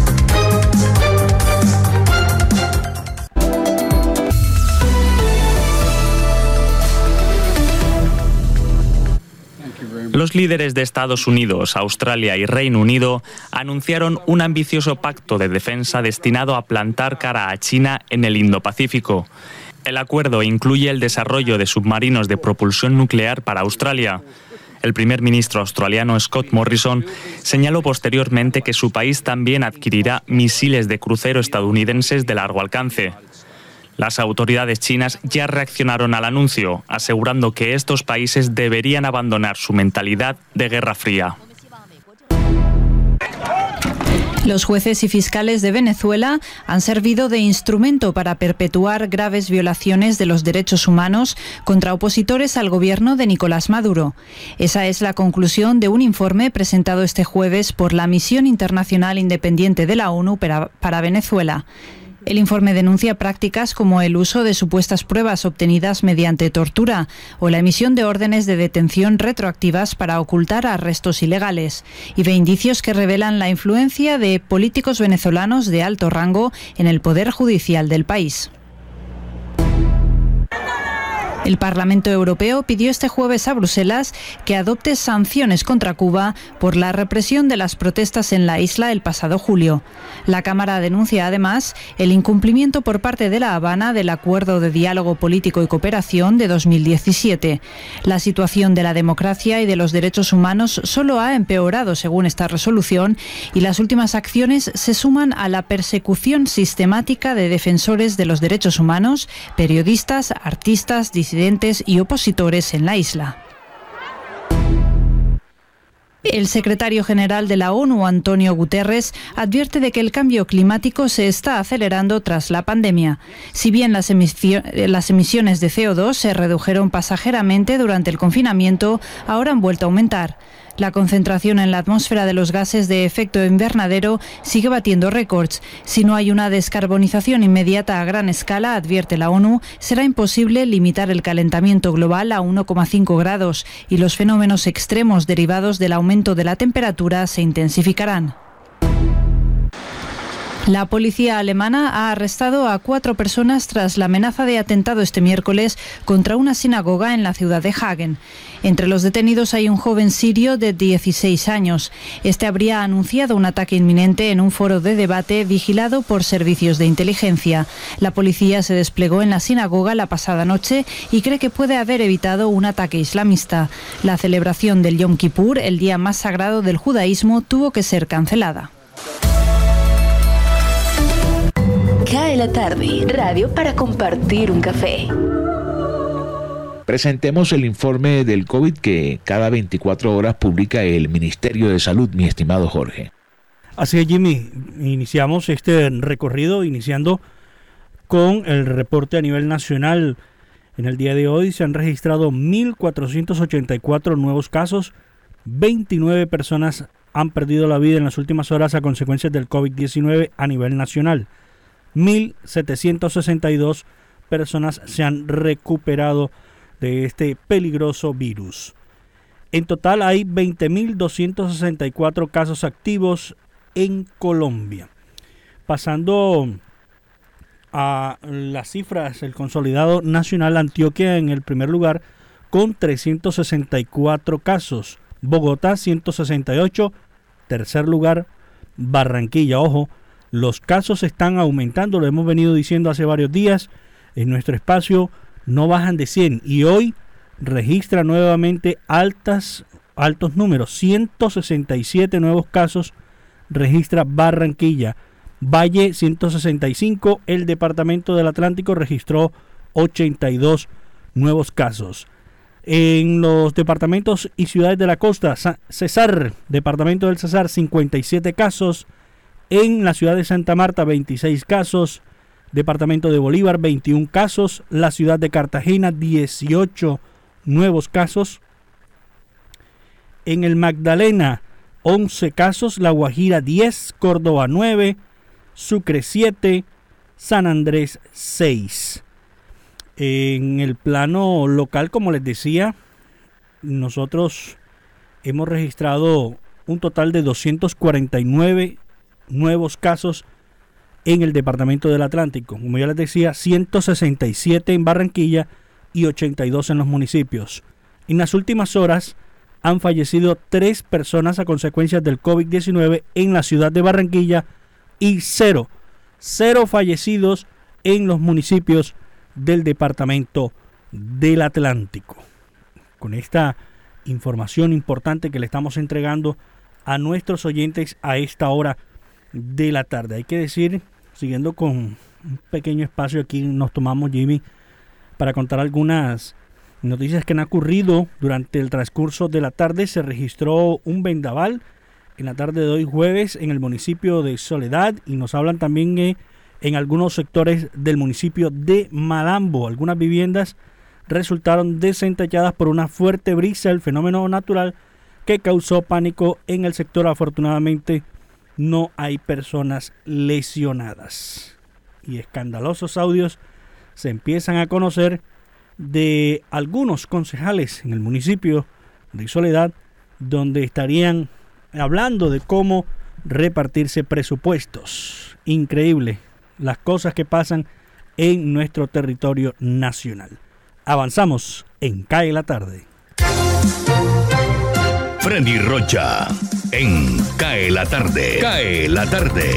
Los líderes de Estados Unidos, Australia y Reino Unido anunciaron un ambicioso pacto de defensa destinado a plantar cara a China en el Indo-Pacífico. El acuerdo incluye el desarrollo de submarinos de propulsión nuclear para Australia. El primer ministro australiano Scott Morrison señaló posteriormente que su país también adquirirá misiles de crucero estadounidenses de largo alcance. Las autoridades chinas ya reaccionaron al anuncio, asegurando que estos países deberían abandonar su mentalidad de Guerra Fría. Los jueces y fiscales de Venezuela han servido de instrumento para perpetuar graves violaciones de los derechos humanos contra opositores al gobierno de Nicolás Maduro. Esa es la conclusión de un informe presentado este jueves por la Misión Internacional Independiente de la ONU para, para Venezuela. El informe denuncia prácticas como el uso de supuestas pruebas obtenidas mediante tortura o la emisión de órdenes de detención retroactivas para ocultar arrestos ilegales, y ve indicios que revelan la influencia de políticos venezolanos de alto rango en el poder judicial del país. El Parlamento Europeo pidió este jueves a Bruselas que adopte sanciones contra Cuba por la represión de las protestas en la isla el pasado julio. La Cámara denuncia además el incumplimiento por parte de La Habana del Acuerdo de Diálogo Político y Cooperación de dos mil diecisiete. La situación de la democracia y de los derechos humanos solo ha empeorado según esta resolución, y las últimas acciones se suman a la persecución sistemática de defensores de los derechos humanos, periodistas, artistas, disidentes y opositores en la isla. El secretario general de la ONU, Antonio Guterres, advierte de que el cambio climático se está acelerando tras la pandemia. Si bien las, emisio- las emisiones de C O dos se redujeron pasajeramente durante el confinamiento, ahora han vuelto a aumentar. La concentración en la atmósfera de los gases de efecto invernadero sigue batiendo récords. Si no hay una descarbonización inmediata a gran escala, advierte la ONU, será imposible limitar el calentamiento global a uno coma cinco grados y los fenómenos extremos derivados del aumento de la temperatura se intensificarán. La policía alemana ha arrestado a cuatro personas tras la amenaza de atentado este miércoles contra una sinagoga en la ciudad de Hagen. Entre los detenidos hay un joven sirio de dieciséis años. Este habría anunciado un ataque inminente en un foro de debate vigilado por servicios de inteligencia. La policía se desplegó en la sinagoga la pasada noche y cree que puede haber evitado un ataque islamista. La celebración del Yom Kippur, el día más sagrado del judaísmo, tuvo que ser cancelada. Cae la tarde, radio para compartir un café. Presentemos el informe del COVID que cada veinticuatro horas publica el Ministerio de Salud, mi estimado Jorge. Así es, Jimmy. Iniciamos este recorrido iniciando con el reporte a nivel nacional. En el día de hoy se han registrado mil cuatrocientos ochenta y cuatro nuevos casos. veintinueve personas han perdido la vida en las últimas horas a consecuencias del COVID diecinueve a nivel nacional. mil setecientos sesenta y dos personas se han recuperado de este peligroso virus. En total hay veinte mil doscientos sesenta y cuatro casos activos en Colombia. Pasando a las cifras, el consolidado nacional, Antioquia en el primer lugar con trescientos sesenta y cuatro casos. Bogotá ciento sesenta y ocho, tercer lugar Barranquilla. Ojo, los casos están aumentando, lo hemos venido diciendo hace varios días en nuestro espacio, no bajan de cien y hoy registra nuevamente altas, altos números, ciento sesenta y siete nuevos casos registra Barranquilla, Valle ciento sesenta y cinco, el departamento del Atlántico registró ochenta y dos nuevos casos. En los departamentos y ciudades de la costa, Cesar, departamento del Cesar, cincuenta y siete casos. En la ciudad de Santa Marta, veintiséis casos. Departamento de Bolívar, veintiún casos. La ciudad de Cartagena, dieciocho nuevos casos. En el Magdalena, once casos. La Guajira, diez. Córdoba, nueve. Sucre, siete. San Andrés, seis. En el plano local, como les decía, nosotros hemos registrado un total de doscientos cuarenta y nueve nuevos casos en el departamento del Atlántico. Como ya les decía, ciento sesenta y siete en Barranquilla y ochenta y dos en los municipios. En las últimas horas han fallecido tres personas a consecuencias del COVID diecinueve en la ciudad de Barranquilla y cero, cero fallecidos en los municipios del departamento del Atlántico. Con esta información importante que le estamos entregando a nuestros oyentes a esta hora de la tarde. Hay que decir, siguiendo con un pequeño espacio aquí nos tomamos, Jimmy, para contar algunas noticias que han ocurrido durante el transcurso de la tarde. Se registró un vendaval en la tarde de hoy jueves en el municipio de Soledad, y nos hablan también eh, en algunos sectores del municipio de Malambo. Algunas viviendas resultaron desentechadas por una fuerte brisa, el fenómeno natural que causó pánico en el sector. Afortunadamente no hay personas lesionadas. Y escandalosos audios se empiezan a conocer de algunos concejales en el municipio de Soledad, donde estarían hablando de cómo repartirse presupuestos. Increíble las cosas que pasan en nuestro territorio nacional. Avanzamos en C A E la tarde. Freddy Rocha en C A E la tarde. C A E la tarde.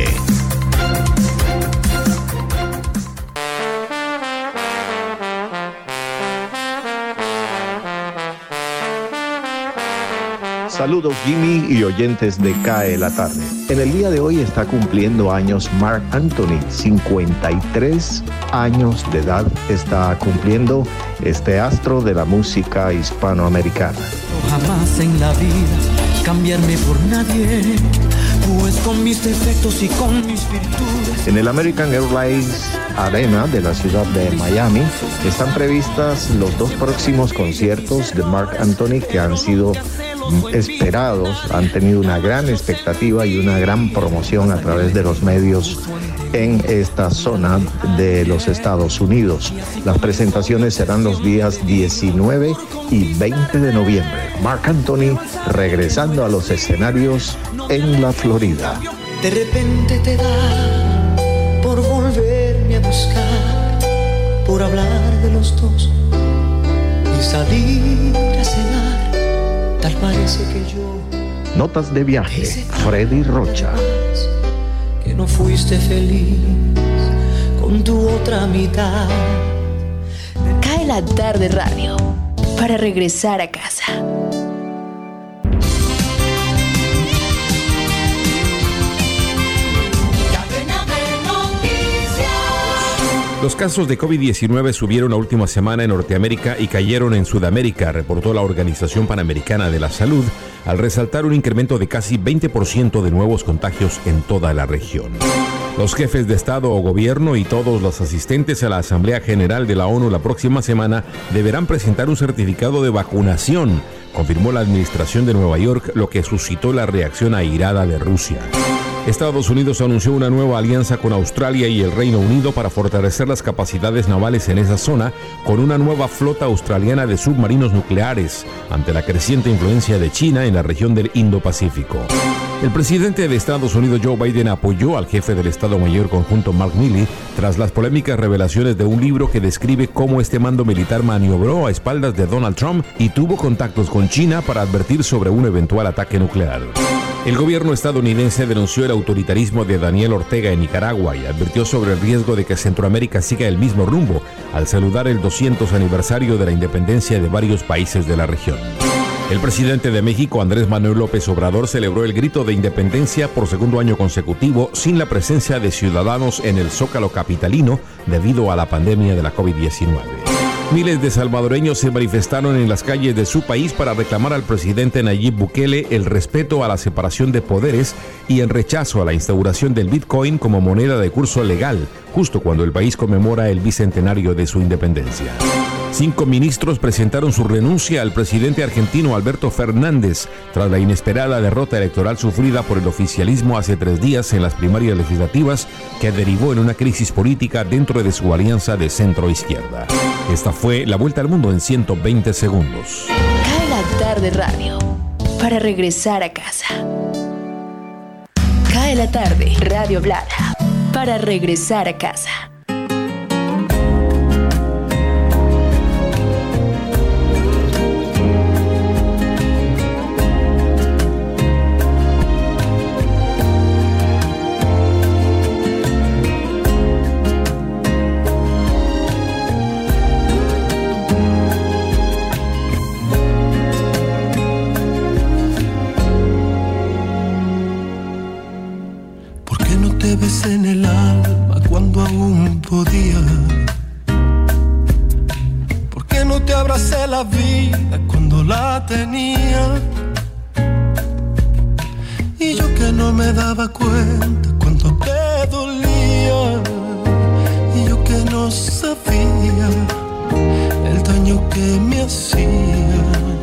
Saludos Jimmy y oyentes de C A E la tarde. En el día de hoy está cumpliendo años Marc Anthony, cincuenta y tres años de edad está cumpliendo este astro de la música hispanoamericana. No jamás en la vida cambiarme por nadie, pues con mis defectos y con mis virtudes. En el American Airlines Arena de la ciudad de Miami están previstas los dos próximos conciertos de Marc Anthony que han sido esperados, han tenido una gran expectativa y una gran promoción a través de los medios en esta zona de los Estados Unidos. Las presentaciones serán los días diecinueve y veinte de noviembre. Marc Anthony regresando a los escenarios en la Florida. De repente te da por volverme a buscar, por hablar de los dos y salir a cenar. Tal parece que yo... Notas de viaje, Freddy Rocha. Que no fuiste feliz con tu otra mitad. C A E la tarde radio, para regresar a casa. Los casos de COVID diecinueve subieron la última semana en Norteamérica y cayeron en Sudamérica, reportó la Organización Panamericana de la Salud, al resaltar un incremento de casi veinte por ciento de nuevos contagios en toda la región. Los jefes de Estado o Gobierno y todos los asistentes a la Asamblea General de la ONU la próxima semana deberán presentar un certificado de vacunación, confirmó la administración de Nueva York, lo que suscitó la reacción airada de Rusia. Estados Unidos anunció una nueva alianza con Australia y el Reino Unido para fortalecer las capacidades navales en esa zona con una nueva flota australiana de submarinos nucleares ante la creciente influencia de China en la región del Indo-Pacífico. El presidente de Estados Unidos, Joe Biden, apoyó al jefe del Estado Mayor Conjunto, Mark Milley, tras las polémicas revelaciones de un libro que describe cómo este mando militar maniobró a espaldas de Donald Trump y tuvo contactos con China para advertir sobre un eventual ataque nuclear. El gobierno estadounidense denunció el autoritarismo de Daniel Ortega en Nicaragua y advirtió sobre el riesgo de que Centroamérica siga el mismo rumbo al saludar el doscientos aniversario de la independencia de varios países de la región. El presidente de México, Andrés Manuel López Obrador, celebró el grito de independencia por segundo año consecutivo sin la presencia de ciudadanos en el Zócalo capitalino debido a la pandemia de la COVID diecinueve. Miles de salvadoreños se manifestaron en las calles de su país para reclamar al presidente Nayib Bukele el respeto a la separación de poderes y el rechazo a la instauración del Bitcoin como moneda de curso legal, justo cuando el país conmemora el bicentenario de su independencia. Cinco ministros presentaron su renuncia al presidente argentino Alberto Fernández tras la inesperada derrota electoral sufrida por el oficialismo hace tres días en las primarias legislativas que derivó en una crisis política dentro de su alianza de centro-izquierda. Esta fue la vuelta al mundo en ciento veinte segundos. C A E la tarde radio, para regresar a casa. C A E la tarde, Radio Blada, para regresar a casa. En el alma cuando aún podía, ¿por qué no te abracé la vida cuando la tenía? y yo que no me daba cuenta cuánto te dolía, y yo que no sabía el daño que me hacía.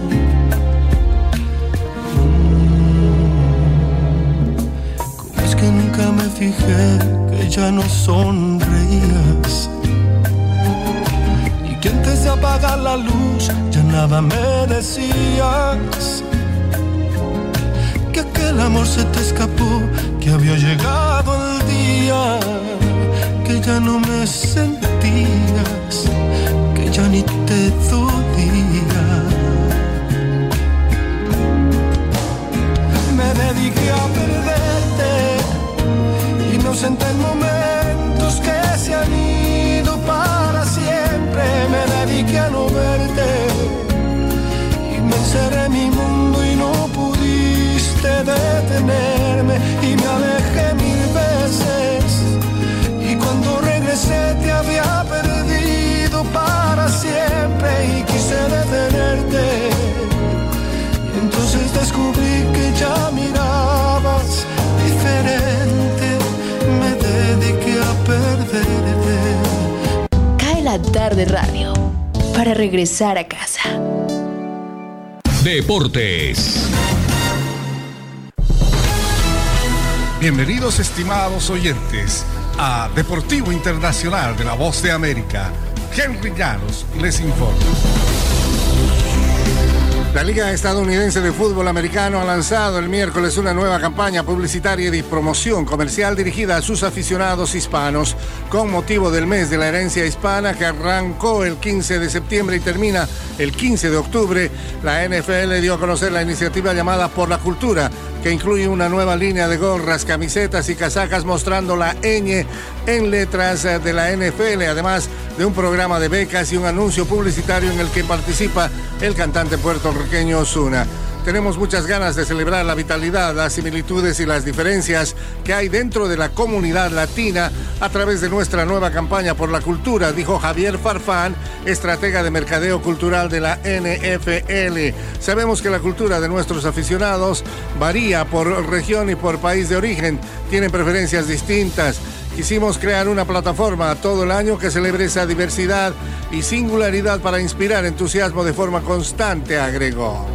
¿Cómo es que nunca me fijé que ya no sonreías? Y que antes de apagar la luz ya nada me decías. Que aquel amor se te escapó, que había llegado el día, que ya no me sentías, que ya ni te dolía. Me dediqué a perderte, inocente en momentos que se han ido para siempre. Me dediqué a no verte y me encerré en mi mundo y no pudiste detenerme, y me alejé mil veces, y cuando regresé te había perdido para siempre, y quise detenerte, y entonces descubrí que ya mirabas diferente. Me dediqué a perderte. Cae la tarde radio para regresar a casa. Deportes. Bienvenidos, estimados oyentes, a Deportivo Internacional de la Voz de América. Henry Llanos les informa. La Liga Estadounidense de Fútbol Americano ha lanzado el miércoles una nueva campaña publicitaria y de promoción comercial dirigida a sus aficionados hispanos con motivo del mes de la herencia hispana que arrancó el quince de septiembre y termina el quince de octubre. La N F L dio a conocer la iniciativa llamada Por la Cultura, que incluye una nueva línea de gorras, camisetas y casacas mostrando la ñ en letras de la N F L, además de un programa de becas y un anuncio publicitario en el que participa el cantante puertorriqueño Ozuna. Tenemos muchas ganas de celebrar la vitalidad, las similitudes y las diferencias que hay dentro de la comunidad latina a través de nuestra nueva campaña Por la Cultura, dijo Javier Farfán, estratega de mercadeo cultural de la N F L. Sabemos que la cultura de nuestros aficionados varía por región y por país de origen, tienen preferencias distintas. Quisimos crear una plataforma todo el año que celebre esa diversidad y singularidad para inspirar entusiasmo de forma constante, agregó.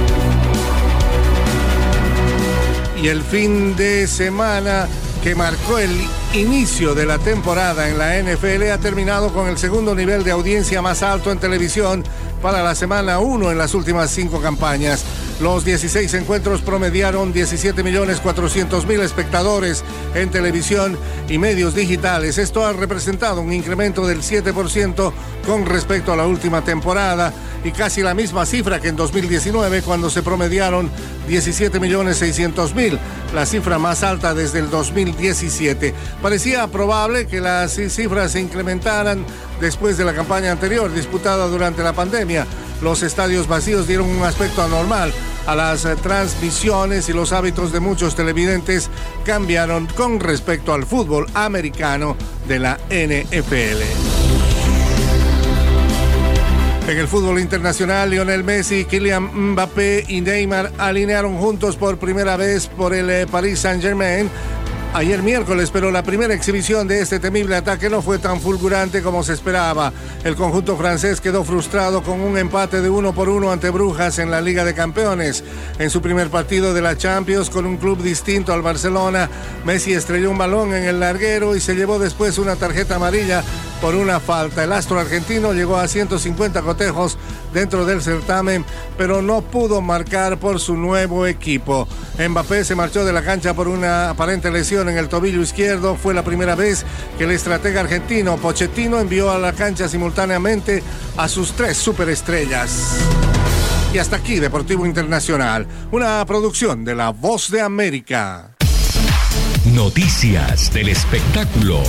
Y el fin de semana que marcó el inicio de la temporada en la N F L ha terminado con el segundo nivel de audiencia más alto en televisión para la semana uno en las últimas cinco campañas. Los dieciséis encuentros promediaron diecisiete millones cuatrocientos mil espectadores en televisión y medios digitales. Esto ha representado un incremento del siete por ciento con respecto a la última temporada y casi la misma cifra que en dos mil diecinueve, cuando se promediaron diecisiete millones seiscientos mil, la cifra más alta desde el dos mil diecisiete. Parecía probable que las cifras se incrementaran después de la campaña anterior, disputada durante la pandemia. Los estadios vacíos dieron un aspecto anormal a las eh, transmisiones y los hábitos de muchos televidentes cambiaron con respecto al fútbol americano de la N F L. En el fútbol internacional, Lionel Messi, Kylian Mbappé y Neymar alinearon juntos por primera vez por el eh, Paris Saint-Germain ayer miércoles, pero la primera exhibición de este temible ataque no fue tan fulgurante como se esperaba. El conjunto francés quedó frustrado con un empate de uno por uno ante Brujas en la Liga de Campeones. En su primer partido de la Champions con un club distinto al Barcelona, Messi estrelló un balón en el larguero y se llevó después una tarjeta amarilla por una falta. El astro argentino llegó a ciento cincuenta cotejos dentro del certamen, pero no pudo marcar por su nuevo equipo. Mbappé se marchó de la cancha por una aparente lesión en el tobillo izquierdo. Fue la primera vez que el estratega argentino Pochettino envió a la cancha simultáneamente a sus tres superestrellas. Y hasta aquí Deportivo Internacional, una producción de La Voz de América. Noticias del espectáculo.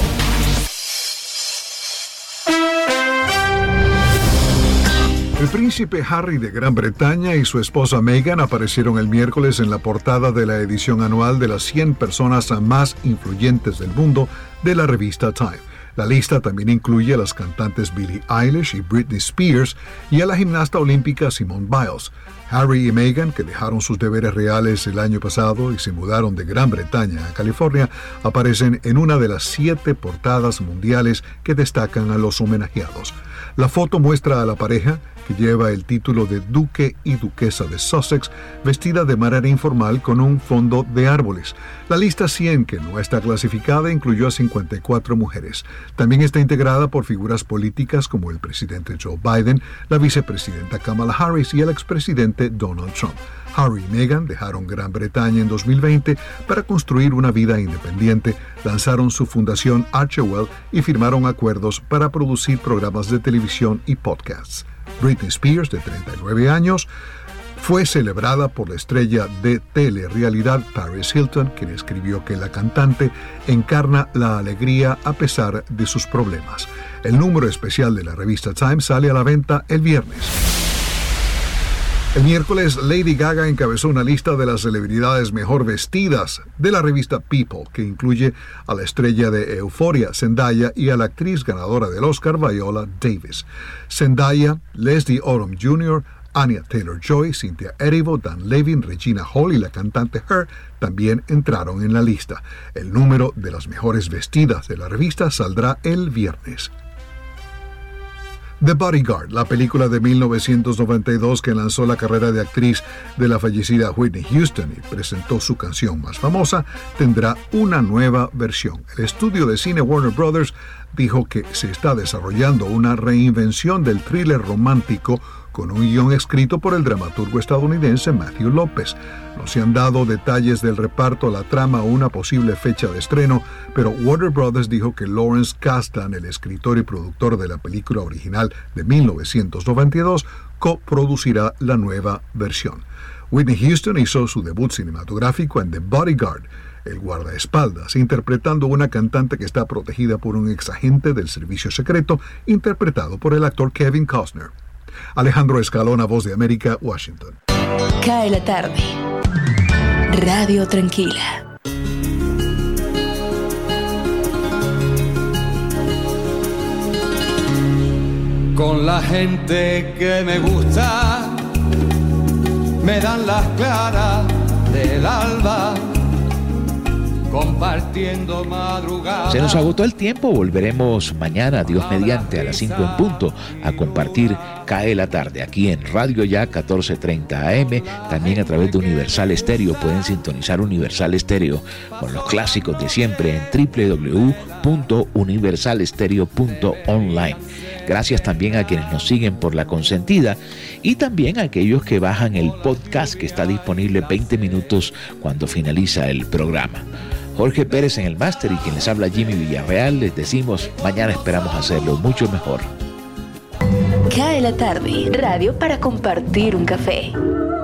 El príncipe Harry de Gran Bretaña y su esposa Meghan aparecieron el miércoles en la portada de la edición anual de las cien personas más influyentes del mundo de la revista Time. La lista también incluye a las cantantes Billie Eilish y Britney Spears y a la gimnasta olímpica Simone Biles. Harry y Meghan, que dejaron sus deberes reales el año pasado y se mudaron de Gran Bretaña a California, aparecen en una de las siete portadas mundiales que destacan a los homenajeados. La foto muestra a la pareja, que lleva el título de Duque y Duquesa de Sussex, vestida de manera informal con un fondo de árboles. La lista cien, que no está clasificada, incluyó a cincuenta y cuatro mujeres. También está integrada por figuras políticas como el presidente Joe Biden, la vicepresidenta Kamala Harris y el expresidente Donald Trump. Harry y Meghan dejaron Gran Bretaña en dos mil veinte para construir una vida independiente, lanzaron su fundación Archewell y firmaron acuerdos para producir programas de televisión y podcasts. Britney Spears, de treinta y nueve años, fue celebrada por la estrella de telerrealidad Paris Hilton, quien escribió que la cantante encarna la alegría a pesar de sus problemas. El número especial de la revista Time sale a la venta el viernes. El miércoles, Lady Gaga encabezó una lista de las celebridades mejor vestidas de la revista People, que incluye a la estrella de Euphoria, Zendaya, y a la actriz ganadora del Oscar, Viola Davis. Zendaya, Leslie Odom junior, Anya Taylor-Joy, Cynthia Erivo, Dan Levin, Regina Hall y la cantante Her también entraron en la lista. El número de las mejores vestidas de la revista saldrá el viernes. The Bodyguard, la película de mil novecientos noventa y dos que lanzó la carrera de actriz de la fallecida Whitney Houston y presentó su canción más famosa, tendrá una nueva versión. El estudio de cine Warner Brothers dijo que se está desarrollando una reinvención del thriller romántico con un guión escrito por el dramaturgo estadounidense Matthew Lopez. No se han dado detalles del reparto, la trama o una posible fecha de estreno, pero Warner Brothers dijo que Lawrence Kasdan, el escritor y productor de la película original de mil novecientos noventa y dos, coproducirá la nueva versión. Whitney Houston hizo su debut cinematográfico en The Bodyguard, el guardaespaldas, interpretando una cantante que está protegida por un exagente del servicio secreto, interpretado por el actor Kevin Costner. Alejandro Escalona, Voz de América, Washington. Cae la tarde. Radio Tranquila. Con la gente que me gusta, me dan las claras del alba, compartiendo madrugada. Se nos agotó el tiempo, volveremos mañana, Dios mediante, a las cinco en punto, a compartir Cae la Tarde, aquí en Radio Ya catorce treinta A M, también a través de Universal Estéreo. Pueden sintonizar Universal Estéreo con los clásicos de siempre en doble u doble u doble u punto universal estéreo punto online. Gracias también a quienes nos siguen por La Consentida y también a aquellos que bajan el podcast que está disponible veinte minutos cuando finaliza el programa. Jorge Pérez en el máster y quien les habla Jimmy Villarreal, les decimos mañana esperamos hacerlo mucho mejor. Cae la tarde, radio para compartir un café.